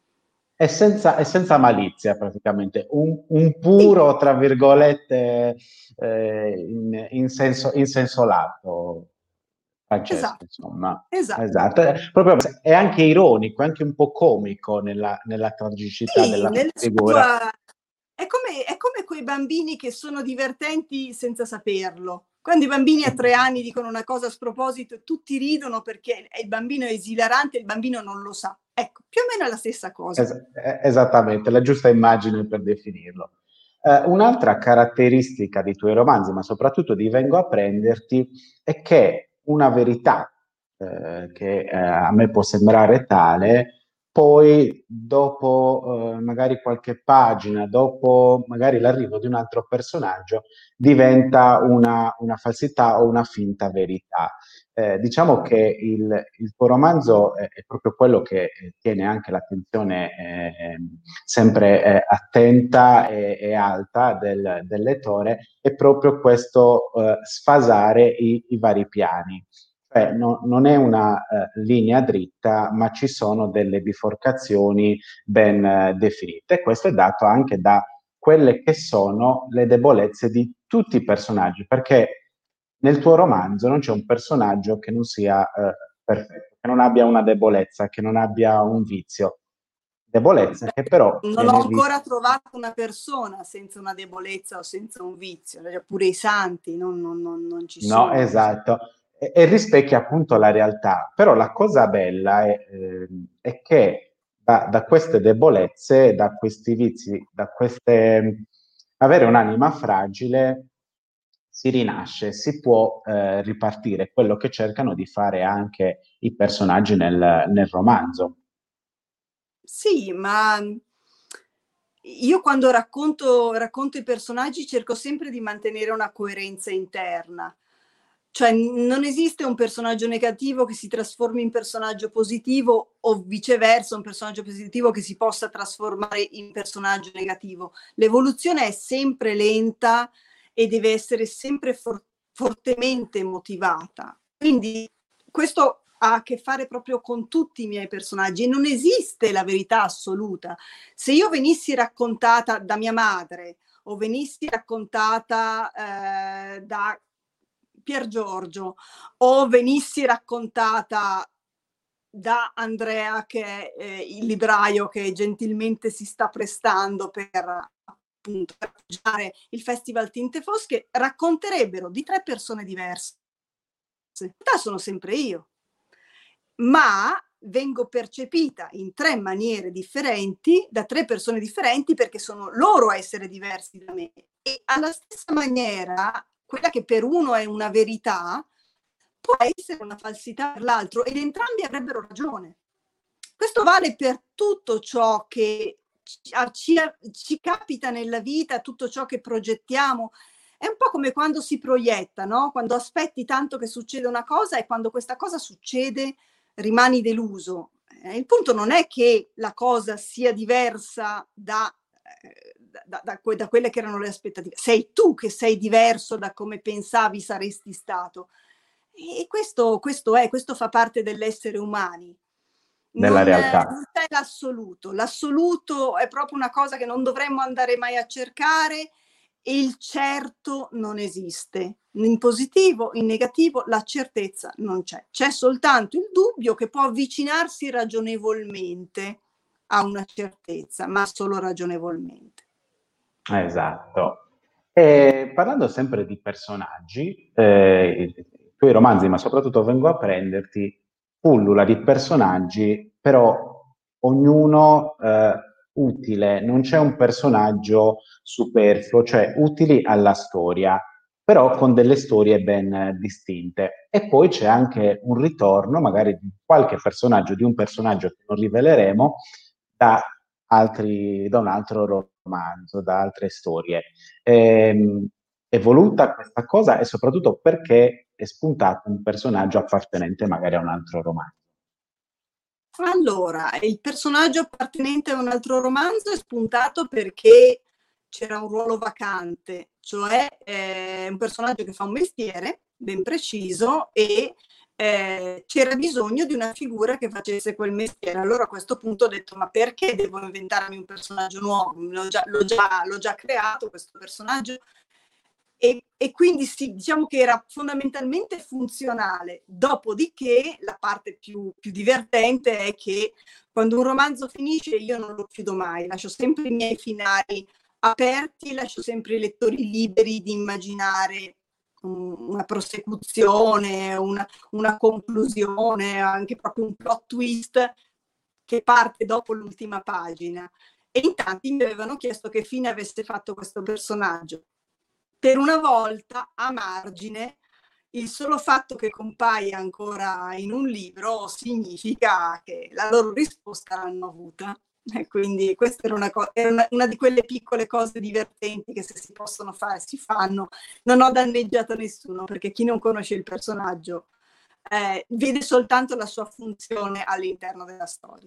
è senza, è senza malizia praticamente, un, un Sì, puro, tra virgolette, eh, in, in senso, in senso lato, Francesco, esatto, insomma. esatto. Esatto, è, proprio, è anche ironico, è anche un po' comico nella, nella tragicità Sì, della nel figura. suo, è come, è come quei bambini che sono divertenti senza saperlo. Quando i bambini a tre anni dicono una cosa a sproposito e tutti ridono perché il bambino è esilarante e il bambino non lo sa. Ecco, più o meno è la stessa cosa. Es- eh, esattamente, la giusta immagine per definirlo. Eh, un'altra caratteristica dei tuoi romanzi, ma soprattutto di Vengo a prenderti, è che una verità eh, che eh, a me può sembrare tale, poi dopo eh, magari qualche pagina, dopo magari l'arrivo di un altro personaggio, diventa una, una falsità o una finta verità. Eh, diciamo che il, il tuo romanzo è, è proprio quello che eh, tiene anche l'attenzione eh, sempre eh, attenta e, e alta del, del lettore, è proprio questo eh, sfasare i, i vari piani. Cioè, no, non è una eh, linea dritta, ma ci sono delle biforcazioni ben eh, definite. Questo è dato anche da quelle che sono le debolezze di tutti i personaggi, perché nel tuo romanzo non c'è un personaggio che non sia eh, perfetto, che non abbia una debolezza, che non abbia un vizio. Debolezza che però Non ho viene vista. ancora trovato una persona senza una debolezza o senza un vizio, pure i santi non, non, non, non ci No, sono. esatto. E, e rispecchia appunto la realtà. Però la cosa bella è, eh, è che da, da queste debolezze, da questi vizi, da queste... avere un'anima fragile, si rinasce, si può eh, ripartire, quello che cercano di fare anche i personaggi nel, nel romanzo. Sì, ma io quando racconto, racconto i personaggi cerco sempre di mantenere una coerenza interna. Cioè non esiste un personaggio negativo che si trasformi in personaggio positivo o viceversa un personaggio positivo che si possa trasformare in personaggio negativo. L'evoluzione è sempre lenta e deve essere sempre for- fortemente motivata. Quindi questo ha a che fare proprio con tutti i miei personaggi e non esiste la verità assoluta. Se io venissi raccontata da mia madre o venissi raccontata eh, da Pier Giorgio o venissi raccontata da Andrea, che è eh, il libraio che gentilmente si sta prestando per appunto per appoggiare il Festival Tinte Fosche, racconterebbero di tre persone diverse. In realtà sono sempre io, ma vengo percepita in tre maniere differenti da tre persone differenti perché sono loro a essere diversi da me. E alla stessa maniera, quella che per uno è una verità può essere una falsità per l'altro ed entrambi avrebbero ragione. Questo vale per tutto ciò che ci, ci capita nella vita, tutto ciò che progettiamo. È un po' come quando si proietta, no? Quando aspetti tanto che succeda una cosa e quando questa cosa succede rimani deluso. Eh, il punto non è che la cosa sia diversa da, eh, da, da, da quelle che erano le aspettative. Sei tu che sei diverso da come pensavi saresti stato. E questo, questo è, questo fa parte dell'essere umani. Della Non, realtà. non c'è l'assoluto. L'assoluto è proprio una cosa che non dovremmo andare mai a cercare e il certo non esiste. In positivo, in negativo, la certezza non c'è. C'è soltanto il dubbio che può avvicinarsi ragionevolmente a una certezza, ma solo ragionevolmente. Esatto. E parlando sempre di personaggi, eh, i tuoi romanzi, ma soprattutto Vengo a prenderti, pullula di personaggi, però ognuno eh, utile, non c'è un personaggio superfluo, cioè utili alla storia, però con delle storie ben eh, distinte. E poi c'è anche un ritorno, magari di qualche personaggio, di un personaggio che non riveleremo, da altri, da un altro romanzo, da altre storie. Ehm, è voluta questa cosa e soprattutto perché è spuntato un personaggio appartenente magari a un altro romanzo. Allora, il personaggio appartenente a un altro romanzo è spuntato perché c'era un ruolo vacante, cioè eh, un personaggio che fa un mestiere ben preciso e eh, c'era bisogno di una figura che facesse quel mestiere. Allora a questo punto ho detto, ma perché devo inventarmi un personaggio nuovo? L'ho già, l'ho già, l'ho già creato questo personaggio. E, e quindi sì, diciamo che era fondamentalmente funzionale. Dopodiché la parte più, più divertente è che quando un romanzo finisce io non lo chiudo mai, lascio sempre i miei finali aperti, lascio sempre i lettori liberi di immaginare um, una prosecuzione, una, una conclusione, anche proprio un plot twist che parte dopo l'ultima pagina. E in tanti mi avevano chiesto che fine avesse fatto questo personaggio. Per una volta, a margine, il solo fatto che compaia ancora in un libro significa che la loro risposta l'hanno avuta. E quindi questa era, una, co- era una, una di quelle piccole cose divertenti che se si possono fare si fanno. Non ho danneggiato nessuno perché chi non conosce il personaggio eh, vede soltanto la sua funzione all'interno della storia.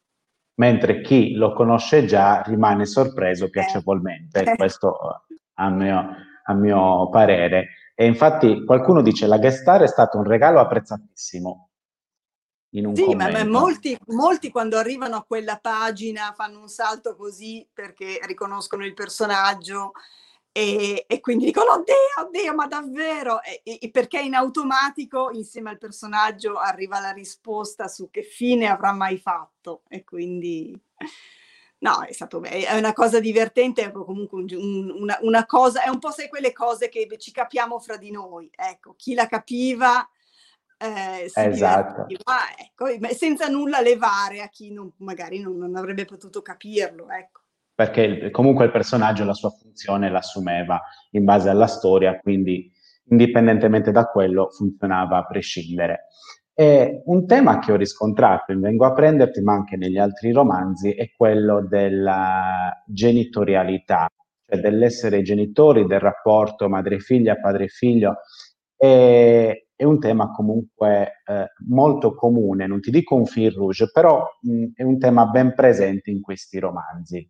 Mentre chi lo conosce già rimane sorpreso Eh, piacevolmente, eh, questo a mio, a mio parere. E infatti qualcuno dice la guest star è stato un regalo apprezzatissimo in un Sì, ma, ma commento. molti, molti quando arrivano a quella pagina fanno un salto così perché riconoscono il personaggio e, e quindi dicono oddio, oddio, ma davvero? E, e perché in automatico insieme al personaggio arriva la risposta su che fine avrà mai fatto e quindi no, è stato è una cosa divertente, è comunque un, un, una, una cosa, è un po' sai quelle cose che ci capiamo fra di noi, ecco, chi la capiva eh, si Esatto. divertiva, ecco, senza nulla levare a chi non, magari non, non avrebbe potuto capirlo, ecco. Perché il- comunque il personaggio la sua funzione l'assumeva in base alla storia, quindi indipendentemente da quello funzionava a prescindere. E un tema che ho riscontrato in Vengo a prenderti, ma anche negli altri romanzi, è quello della genitorialità, cioè dell'essere genitori, del rapporto madre-figlia, padre-figlio. È, è un tema comunque eh, molto comune, non ti dico un fil rouge, però mh, è un tema ben presente in questi romanzi.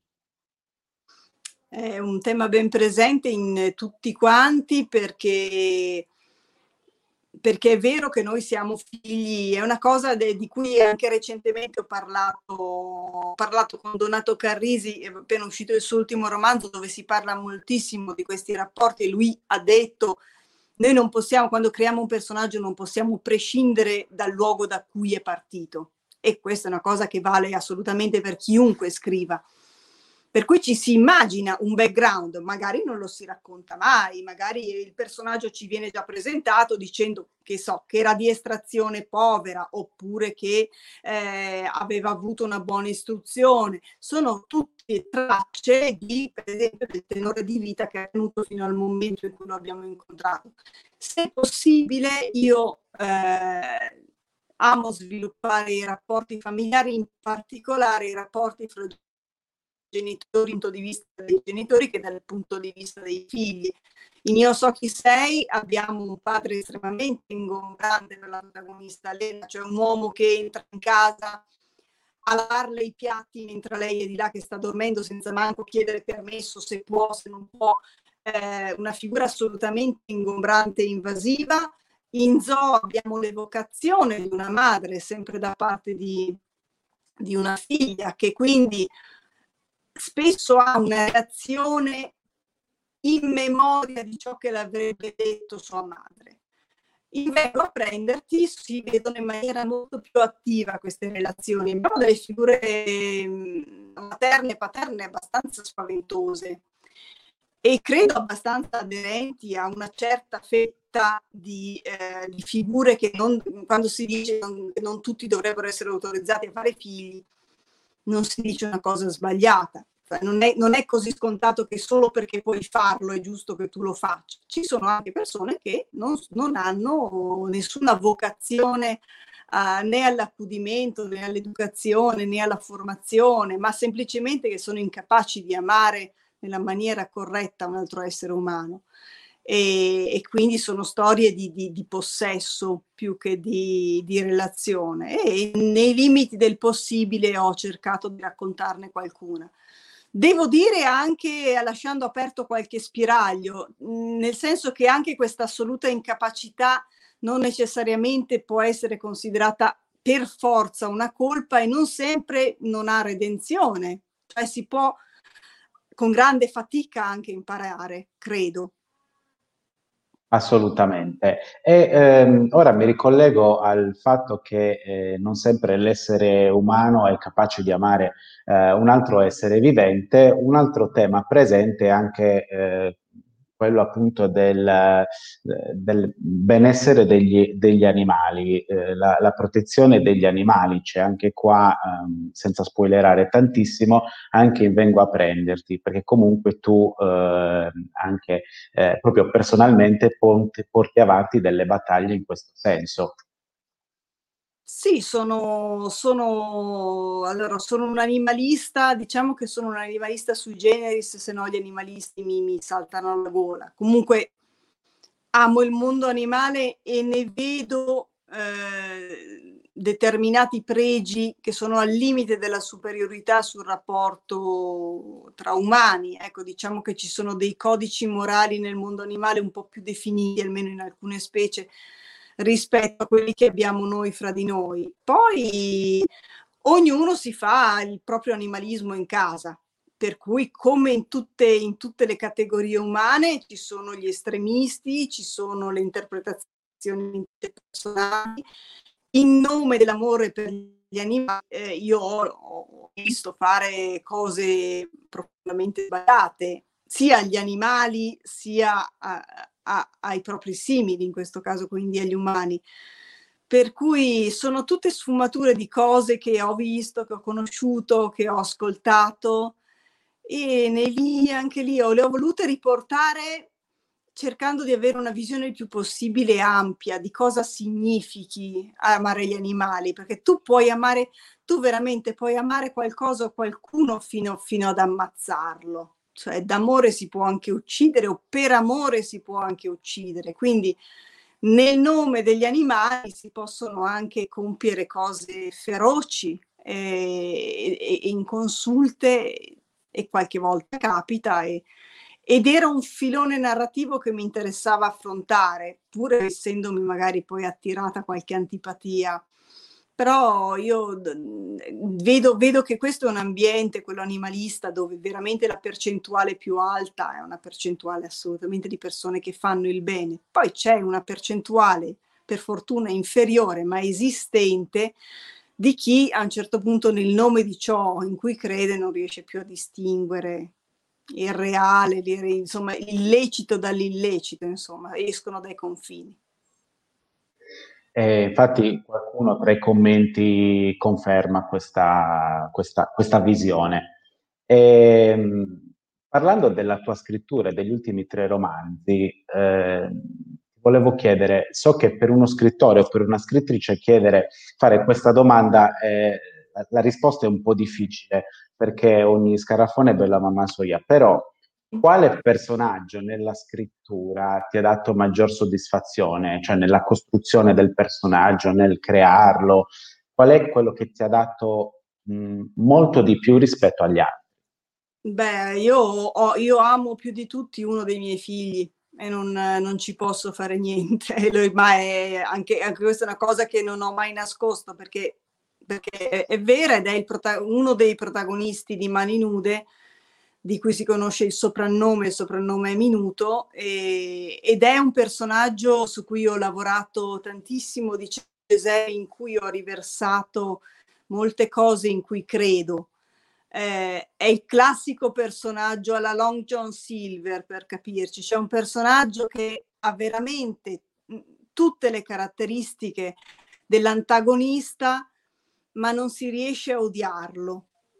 È un tema ben presente in tutti quanti perché, perché è vero che noi siamo figli, è una cosa de, di cui anche recentemente ho parlato, ho parlato con Donato Carrisi, è appena uscito il suo ultimo romanzo dove si parla moltissimo di questi rapporti e lui ha detto noi non possiamo, quando creiamo un personaggio non possiamo prescindere dal luogo da cui è partito e questa è una cosa che vale assolutamente per chiunque scriva. Per cui ci si immagina un background, magari non lo si racconta mai, magari il personaggio ci viene già presentato dicendo che so, che era di estrazione povera oppure che eh, aveva avuto una buona istruzione. Sono tutte tracce di, per esempio, del tenore di vita che è venuto fino al momento in cui lo abbiamo incontrato. Se possibile, io eh, amo sviluppare i rapporti familiari, in particolare i rapporti fra genitori, dal punto di vista dei genitori che dal punto di vista dei figli. In Io so chi sei abbiamo un padre estremamente ingombrante per la protagonista Lena, cioè un uomo che entra in casa a lavarle i piatti mentre lei è di là che sta dormendo senza manco chiedere permesso se può, se non può, eh, una figura assolutamente ingombrante e invasiva. In Zoo abbiamo l'evocazione di una madre sempre da parte di, di una figlia che quindi spesso ha una reazione in memoria di ciò che l'avrebbe detto sua madre. In Vengo a prenderti si vedono in maniera molto più attiva queste relazioni. Abbiamo delle figure materne e paterne abbastanza spaventose e credo abbastanza aderenti a una certa fetta di, eh, di figure che non, quando si dice che non, non tutti dovrebbero essere autorizzati a fare figli, non si dice una cosa sbagliata. Cioè, non è, non è così scontato che solo perché puoi farlo è giusto che tu lo faccia. Ci sono anche persone che non, non hanno nessuna vocazione uh, né all'accudimento, né all'educazione, né alla formazione, ma semplicemente che sono incapaci di amare nella maniera corretta un altro essere umano. E, e quindi sono storie di, di, di possesso più che di, di relazione, e nei limiti del possibile ho cercato di raccontarne qualcuna. Devo dire anche, lasciando aperto qualche spiraglio, nel senso che anche questa assoluta incapacità non necessariamente può essere considerata per forza una colpa, e non sempre non ha redenzione, cioè si può con grande fatica anche imparare, credo. Assolutamente. E ehm, ora mi ricollego al fatto che eh, non sempre l'essere umano è capace di amare eh, un altro essere vivente. Un altro tema presente è anche eh, quello appunto del, eh, del benessere degli, degli animali, eh, la, la protezione degli animali. C'è anche qua, ehm, senza spoilerare tantissimo, anche in Vengo a prenderti, perché comunque tu eh, anche eh, proprio personalmente porti, porti avanti delle battaglie in questo senso. Sì, sono, sono, allora, sono un animalista, diciamo che sono un animalista sui generis, se no gli animalisti mi, mi saltano alla gola. Comunque amo il mondo animale e ne vedo eh, determinati pregi che sono al limite della superiorità sul rapporto tra umani. Ecco, diciamo che ci sono dei codici morali nel mondo animale un po' più definiti, almeno in alcune specie, rispetto a quelli che abbiamo noi fra di noi. Poi ognuno si fa il proprio animalismo in casa, per cui come in tutte, in tutte le categorie umane ci sono gli estremisti, ci sono le interpretazioni interpersonali. In nome dell'amore per gli animali eh, io ho, ho visto fare cose profondamente sbagliate sia agli animali sia a, a, ai propri simili, in questo caso quindi agli umani. Per cui sono tutte sfumature di cose che ho visto, che ho conosciuto, che ho ascoltato, e ne lì, anche lì ho, le ho volute riportare cercando di avere una visione il più possibile ampia di cosa significhi amare gli animali, perché tu puoi amare, tu veramente puoi amare qualcosa o qualcuno fino, fino ad ammazzarlo. Cioè d'amore si può anche uccidere, o per amore si può anche uccidere. Quindi nel nome degli animali si possono anche compiere cose feroci e, e, e inconsulte, e qualche volta capita, e, ed era un filone narrativo che mi interessava affrontare, pur essendomi magari poi attirata qualche antipatia. Però io vedo, vedo che questo è un ambiente, quello animalista, dove veramente la percentuale più alta è una percentuale assolutamente di persone che fanno il bene. Poi c'è una percentuale, per fortuna inferiore, ma esistente, di chi a un certo punto nel nome di ciò in cui crede non riesce più a distinguere il reale, insomma, il lecito dall'illecito, insomma, escono dai confini. E infatti qualcuno tra i commenti conferma questa, questa, questa visione. E, parlando della tua scrittura e degli ultimi tre romanzi, eh, volevo chiedere, so che per uno scrittore o per una scrittrice chiedere, fare questa domanda, eh, la, la risposta è un po' difficile, perché ogni scarafone è bella mamma soia, però quale personaggio nella scrittura ti ha dato maggior soddisfazione, cioè nella costruzione del personaggio, nel crearlo? Qual è quello che ti ha dato mh, molto di più rispetto agli altri? Beh, io, ho, io amo più di tutti uno dei miei figli e non, non ci posso fare niente, ma è anche, anche questa è una cosa che non ho mai nascosto, perché, perché è, è vera, ed è il prota- uno dei protagonisti di Mani Nude, di cui si conosce il soprannome, il soprannome è Minuto, e, ed è un personaggio su cui ho lavorato tantissimo, di Cesare, in cui ho riversato molte cose in cui credo. Eh, è il classico personaggio alla Long John Silver, per capirci. C'è un personaggio che ha veramente tutte le caratteristiche dell'antagonista, ma non si riesce a odiarlo.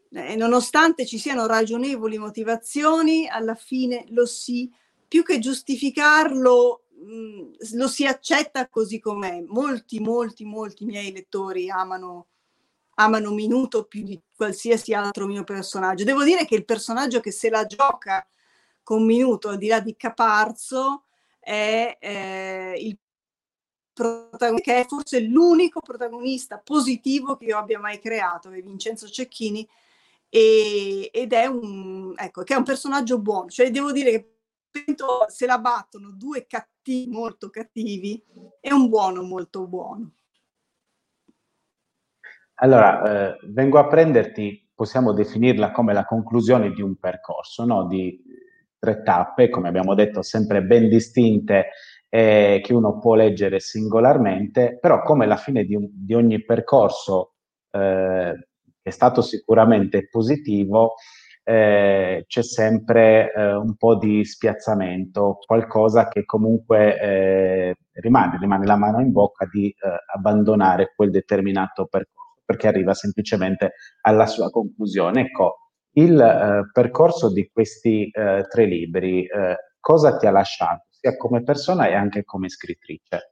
eh, nonostante ci siano ragionevoli motivazioni, alla fine lo si, più che giustificarlo, mh, lo si accetta così com'è. Molti, molti, molti miei lettori amano, amano Minuto più di qualsiasi altro mio personaggio. Devo dire che il personaggio che se la gioca con Minuto, al di là di Caparzo, è eh, il protagonista, che è forse l'unico protagonista positivo che io abbia mai creato, è Vincenzo Cecchini, e, ed è un, ecco, che è un personaggio buono. Cioè devo dire che se la battono due cattivi molto cattivi e un buono molto buono. Allora, eh, vengo a prenderti, possiamo definirla come la conclusione di un percorso, no? Di tre tappe, come abbiamo detto, sempre ben distinte, eh, che uno può leggere singolarmente, però come la fine di, un, di ogni percorso eh, è stato sicuramente positivo, eh, c'è sempre eh, un po' di spiazzamento, qualcosa che comunque eh, rimane, rimane la mano in bocca di eh, abbandonare quel determinato percorso, perché arriva semplicemente alla sua conclusione. Ecco, il eh, percorso di questi eh, tre libri, eh, cosa ti ha lasciato, sia come persona e anche come scrittrice?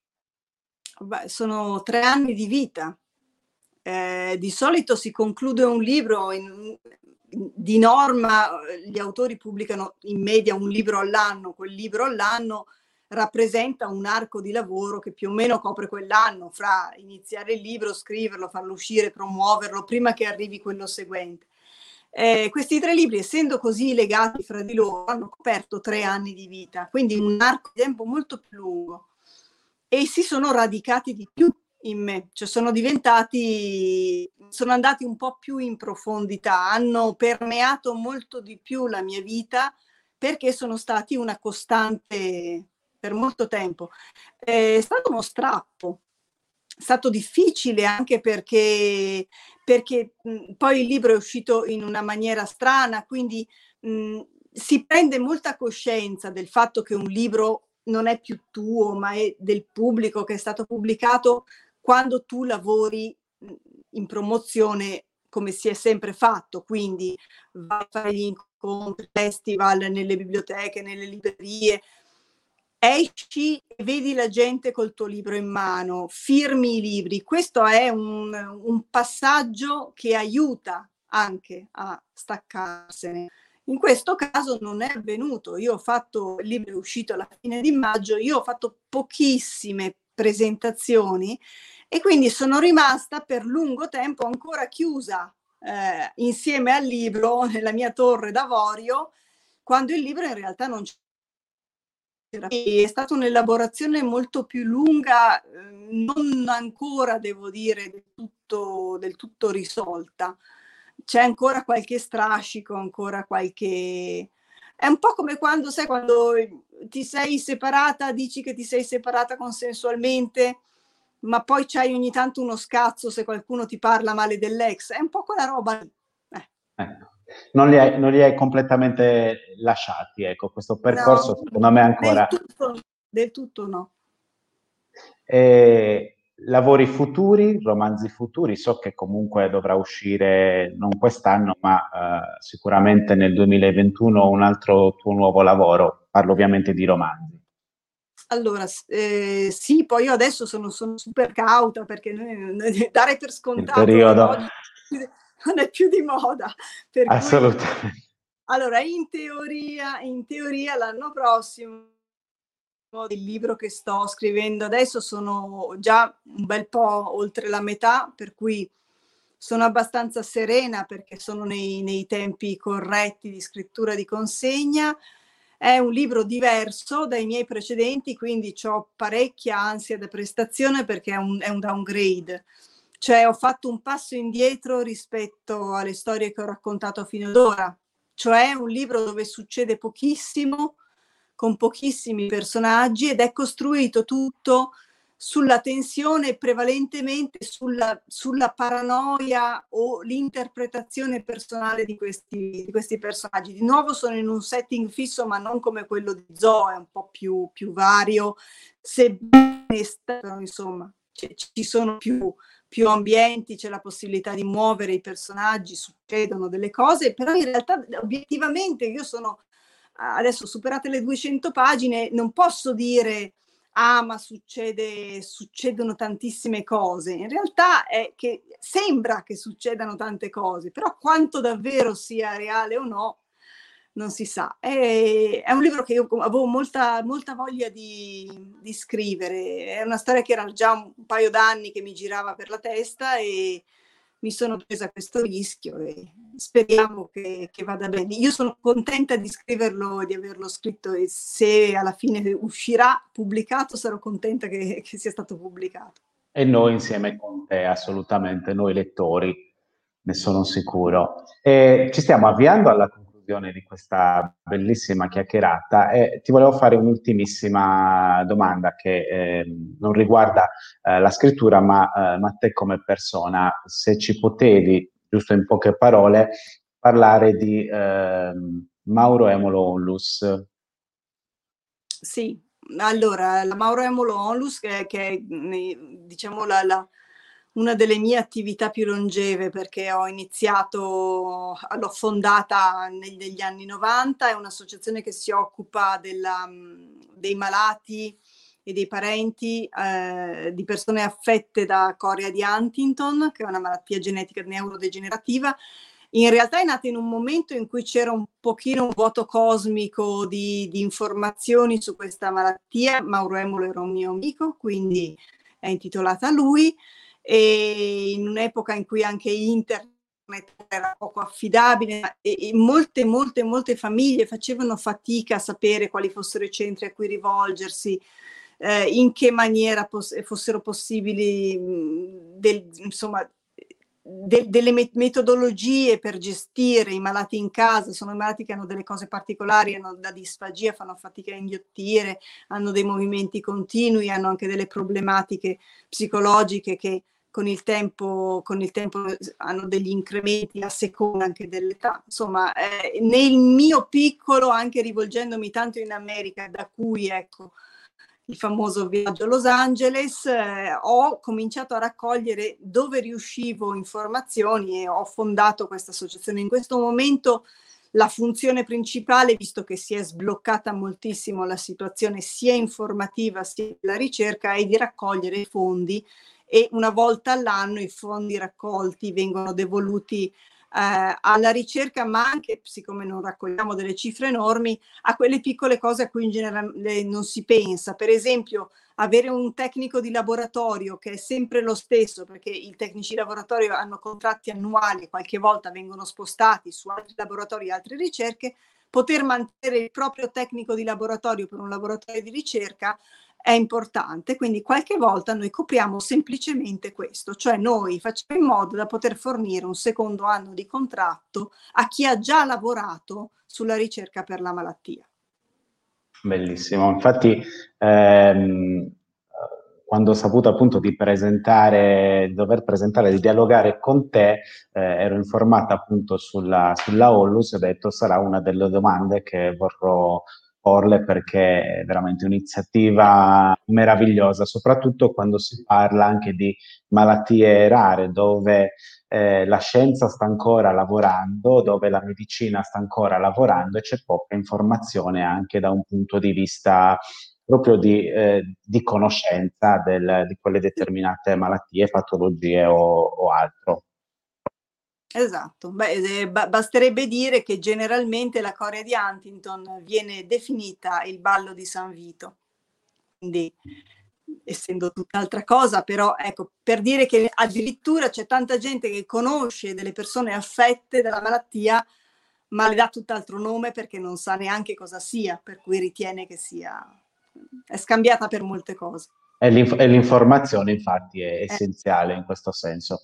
Beh, sono tre anni di vita. Eh, di solito si conclude un libro, in, di norma gli autori pubblicano in media un libro all'anno, quel libro all'anno rappresenta un arco di lavoro che più o meno copre quell'anno, fra iniziare il libro, scriverlo, farlo uscire, promuoverlo, prima che arrivi quello seguente. Eh, questi tre libri, essendo così legati fra di loro, hanno coperto tre anni di vita, quindi un arco di tempo molto più lungo, e si sono radicati di più in me, cioè sono diventati, sono andati un po' più in profondità, hanno permeato molto di più la mia vita, perché sono stati una costante per molto tempo. È stato uno strappo, è stato difficile anche perché, perché mh, poi il libro è uscito in una maniera strana, quindi mh, si prende molta coscienza del fatto che un libro non è più tuo, ma è del pubblico, che è stato pubblicato quando tu lavori in promozione come si è sempre fatto, quindi vai a fare gli incontri, festival, nelle biblioteche, nelle librerie, esci e vedi la gente col tuo libro in mano, firmi i libri. Questo è un, un passaggio che aiuta anche a staccarsene. In questo caso non è avvenuto. Io ho fatto, il libro è uscito alla fine di maggio, io ho fatto pochissime presentazioni e quindi sono rimasta per lungo tempo ancora chiusa eh, insieme al libro nella mia torre d'avorio, quando il libro in realtà non c'era. E è stata un'elaborazione molto più lunga, eh, non ancora, devo dire, del tutto, del tutto risolta. C'è ancora qualche strascico, ancora qualche... È un po' come quando, sai, quando ti sei separata, dici che ti sei separata consensualmente, ma poi c'hai ogni tanto uno scazzo se qualcuno ti parla male dell'ex. È un po' quella roba. Eh. Ecco. Non li, hai, non li hai completamente lasciati, ecco, questo percorso No, secondo me ancora... del tutto, del tutto no. E lavori futuri, romanzi futuri, so che comunque dovrà uscire non quest'anno, ma eh, sicuramente nel duemilaventuno un altro tuo nuovo lavoro, parlo ovviamente di romanzi. Allora, eh, sì, poi io adesso sono, sono super cauta perché noi, noi, dare per Il scontato periodo... oggi non è più di moda. Per Assolutamente. cui, allora, in teoria, in teoria l'anno prossimo il libro che sto scrivendo adesso sono già un bel po' oltre la metà, per cui sono abbastanza serena perché sono nei, nei tempi corretti di scrittura di consegna. È un libro diverso dai miei precedenti, quindi ho parecchia ansia da prestazione perché è un, è un downgrade. Cioè ho fatto un passo indietro rispetto alle storie che ho raccontato fino ad ora. Cioè un libro dove succede pochissimo, con pochissimi personaggi, ed è costruito tutto sulla tensione, prevalentemente sulla, sulla paranoia o l'interpretazione personale di questi, di questi personaggi. Di nuovo sono in un setting fisso, ma non come quello di Zoe, è un po' più, più vario, sebbene però insomma ci, ci sono più più ambienti, c'è la possibilità di muovere i personaggi, succedono delle cose, però in realtà obiettivamente io sono, adesso superate le duecento pagine, non posso dire ah ma succede, succedono tantissime cose, in realtà è che sembra che succedano tante cose, però quanto davvero sia reale o no non si sa. È, è un libro che io avevo molta, molta voglia di, di scrivere, è una storia che era già un paio d'anni che mi girava per la testa e mi sono presa questo rischio e speriamo che, che vada bene. Io sono contenta di scriverlo e di averlo scritto, e se alla fine uscirà pubblicato sarò contenta che, che sia stato pubblicato. E noi insieme con te, assolutamente, noi lettori, ne sono sicuro. E ci stiamo avviando alla conclusione di questa bellissima chiacchierata e ti volevo fare un'ultimissima domanda che eh, non riguarda eh, la scrittura, ma, eh, ma te come persona. Se ci potevi, giusto in poche parole, parlare di eh, Mauro Emolo Onlus. Sì, allora, la Mauro Emolo Onlus, che, che è diciamo la, la, una delle mie attività più longeve, perché ho iniziato, l'ho fondata negli, negli anni novanta, è un'associazione che si occupa della, dei malati e dei parenti eh, di persone affette da corea di Huntington, che è una malattia genetica neurodegenerativa. In realtà è nata in un momento in cui c'era un pochino un vuoto cosmico di, di informazioni su questa malattia. Mauro Emolo era un mio amico, quindi è intitolata a lui, e in un'epoca in cui anche internet era poco affidabile e, e molte, molte, molte famiglie facevano fatica a sapere quali fossero i centri a cui rivolgersi, eh, in che maniera pos- fossero possibili, mh, del, insomma, De, delle metodologie per gestire i malati in casa. Sono malati che hanno delle cose particolari, hanno da disfagia, fanno fatica a inghiottire, hanno dei movimenti continui, hanno anche delle problematiche psicologiche che con il tempo, con il tempo hanno degli incrementi a seconda anche dell'età. Insomma, eh, nel mio piccolo, anche rivolgendomi tanto in America, da cui ecco il famoso viaggio a Los Angeles, eh, ho cominciato a raccogliere dove riuscivo informazioni e ho fondato questa associazione. In questo momento la funzione principale, visto che si è sbloccata moltissimo la situazione sia informativa sia la ricerca, è di raccogliere i fondi, e una volta all'anno i fondi raccolti vengono devoluti Eh, alla ricerca, ma anche, siccome non raccogliamo delle cifre enormi, a quelle piccole cose a cui in generale non si pensa. Per esempio, avere un tecnico di laboratorio che è sempre lo stesso, perché i tecnici di laboratorio hanno contratti annuali, qualche volta vengono spostati su altri laboratori e altre ricerche. Poter mantenere il proprio tecnico di laboratorio per un laboratorio di ricerca è importante, quindi qualche volta noi copriamo semplicemente questo, cioè noi facciamo in modo da poter fornire un secondo anno di contratto a chi ha già lavorato sulla ricerca per la malattia. Bellissimo, infatti ehm, quando ho saputo appunto di presentare, di dover presentare, di dialogare con te, eh, ero informata appunto sulla, sulla Onlus e ho detto sarà una delle domande che vorrò porle, perché è veramente un'iniziativa meravigliosa, soprattutto quando si parla anche di malattie rare, dove eh, la scienza sta ancora lavorando, dove la medicina sta ancora lavorando e c'è poca informazione anche da un punto di vista proprio di, eh, di conoscenza del, di quelle determinate malattie, patologie o, o altro. Esatto. Beh, eh, ba- basterebbe dire che generalmente la corea di Huntington viene definita il ballo di San Vito, quindi essendo tutt'altra cosa, però ecco, per dire che addirittura c'è tanta gente che conosce delle persone affette dalla malattia, ma le dà tutt'altro nome perché non sa neanche cosa sia, per cui ritiene che sia, è scambiata per molte cose. E, l'inf- e l'informazione infatti è Eh. essenziale in questo senso.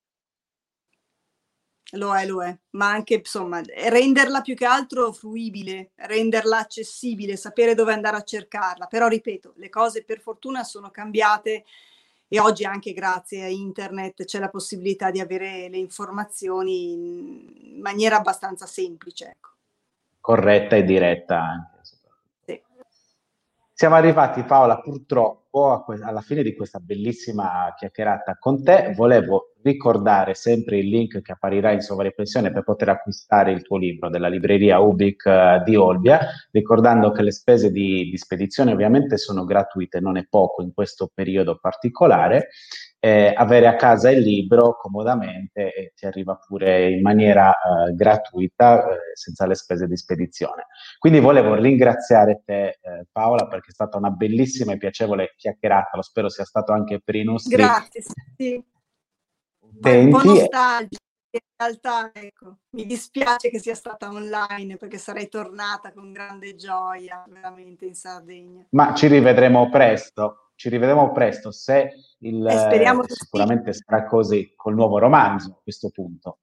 Lo è, lo è, ma anche insomma renderla più che altro fruibile, renderla accessibile, sapere dove andare a cercarla. Però ripeto, le cose per fortuna sono cambiate e oggi anche grazie a internet c'è la possibilità di avere le informazioni in maniera abbastanza semplice. Ecco. Corretta e diretta anche. Sì. siamo arrivati, Paola, purtroppo a que- alla fine di questa bellissima chiacchierata con te. Volevo ricordare sempre il link che apparirà in sovraimpressione per poter acquistare il tuo libro della libreria Ubic eh, di Olbia, ricordando che le spese di, di spedizione ovviamente sono gratuite, non è poco in questo periodo particolare. Eh, avere a casa il libro comodamente e ti arriva pure in maniera eh, gratuita, eh, senza le spese di spedizione. Quindi volevo ringraziare te, eh, Paola, perché è stata una bellissima e piacevole chiacchierata. Lo spero sia stato anche per i nostri Grazie, sì. Poi un po' utenti. nostalgica, in realtà, ecco, mi dispiace che sia stata online perché sarei tornata con grande gioia veramente in Sardegna. Ma ci rivedremo presto. Ci rivedremo presto, se il, Eh, speriamo eh, di sì. sicuramente sarà così col nuovo romanzo a questo punto.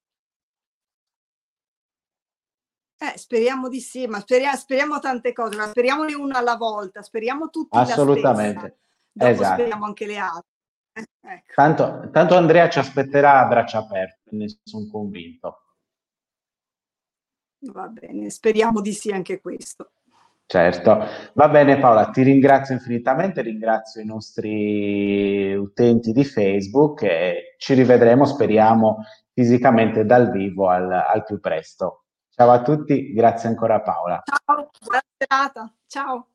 Eh, speriamo di sì, ma speria- speriamo tante cose, ma speriamone una alla volta, speriamo tutti la stessa, Assolutamente. dopo speriamo Esatto. anche le altre. Eh, ecco, Tanto, tanto Andrea ci aspetterà a braccia aperte, ne sono convinto. va bene, speriamo di sì anche questo. Certo, va bene Paola, ti ringrazio infinitamente, ringrazio i nostri utenti di Facebook e ci rivedremo, speriamo, fisicamente dal vivo al, al più presto. Ciao a tutti, grazie ancora Paola. Ciao, buona serata, ciao.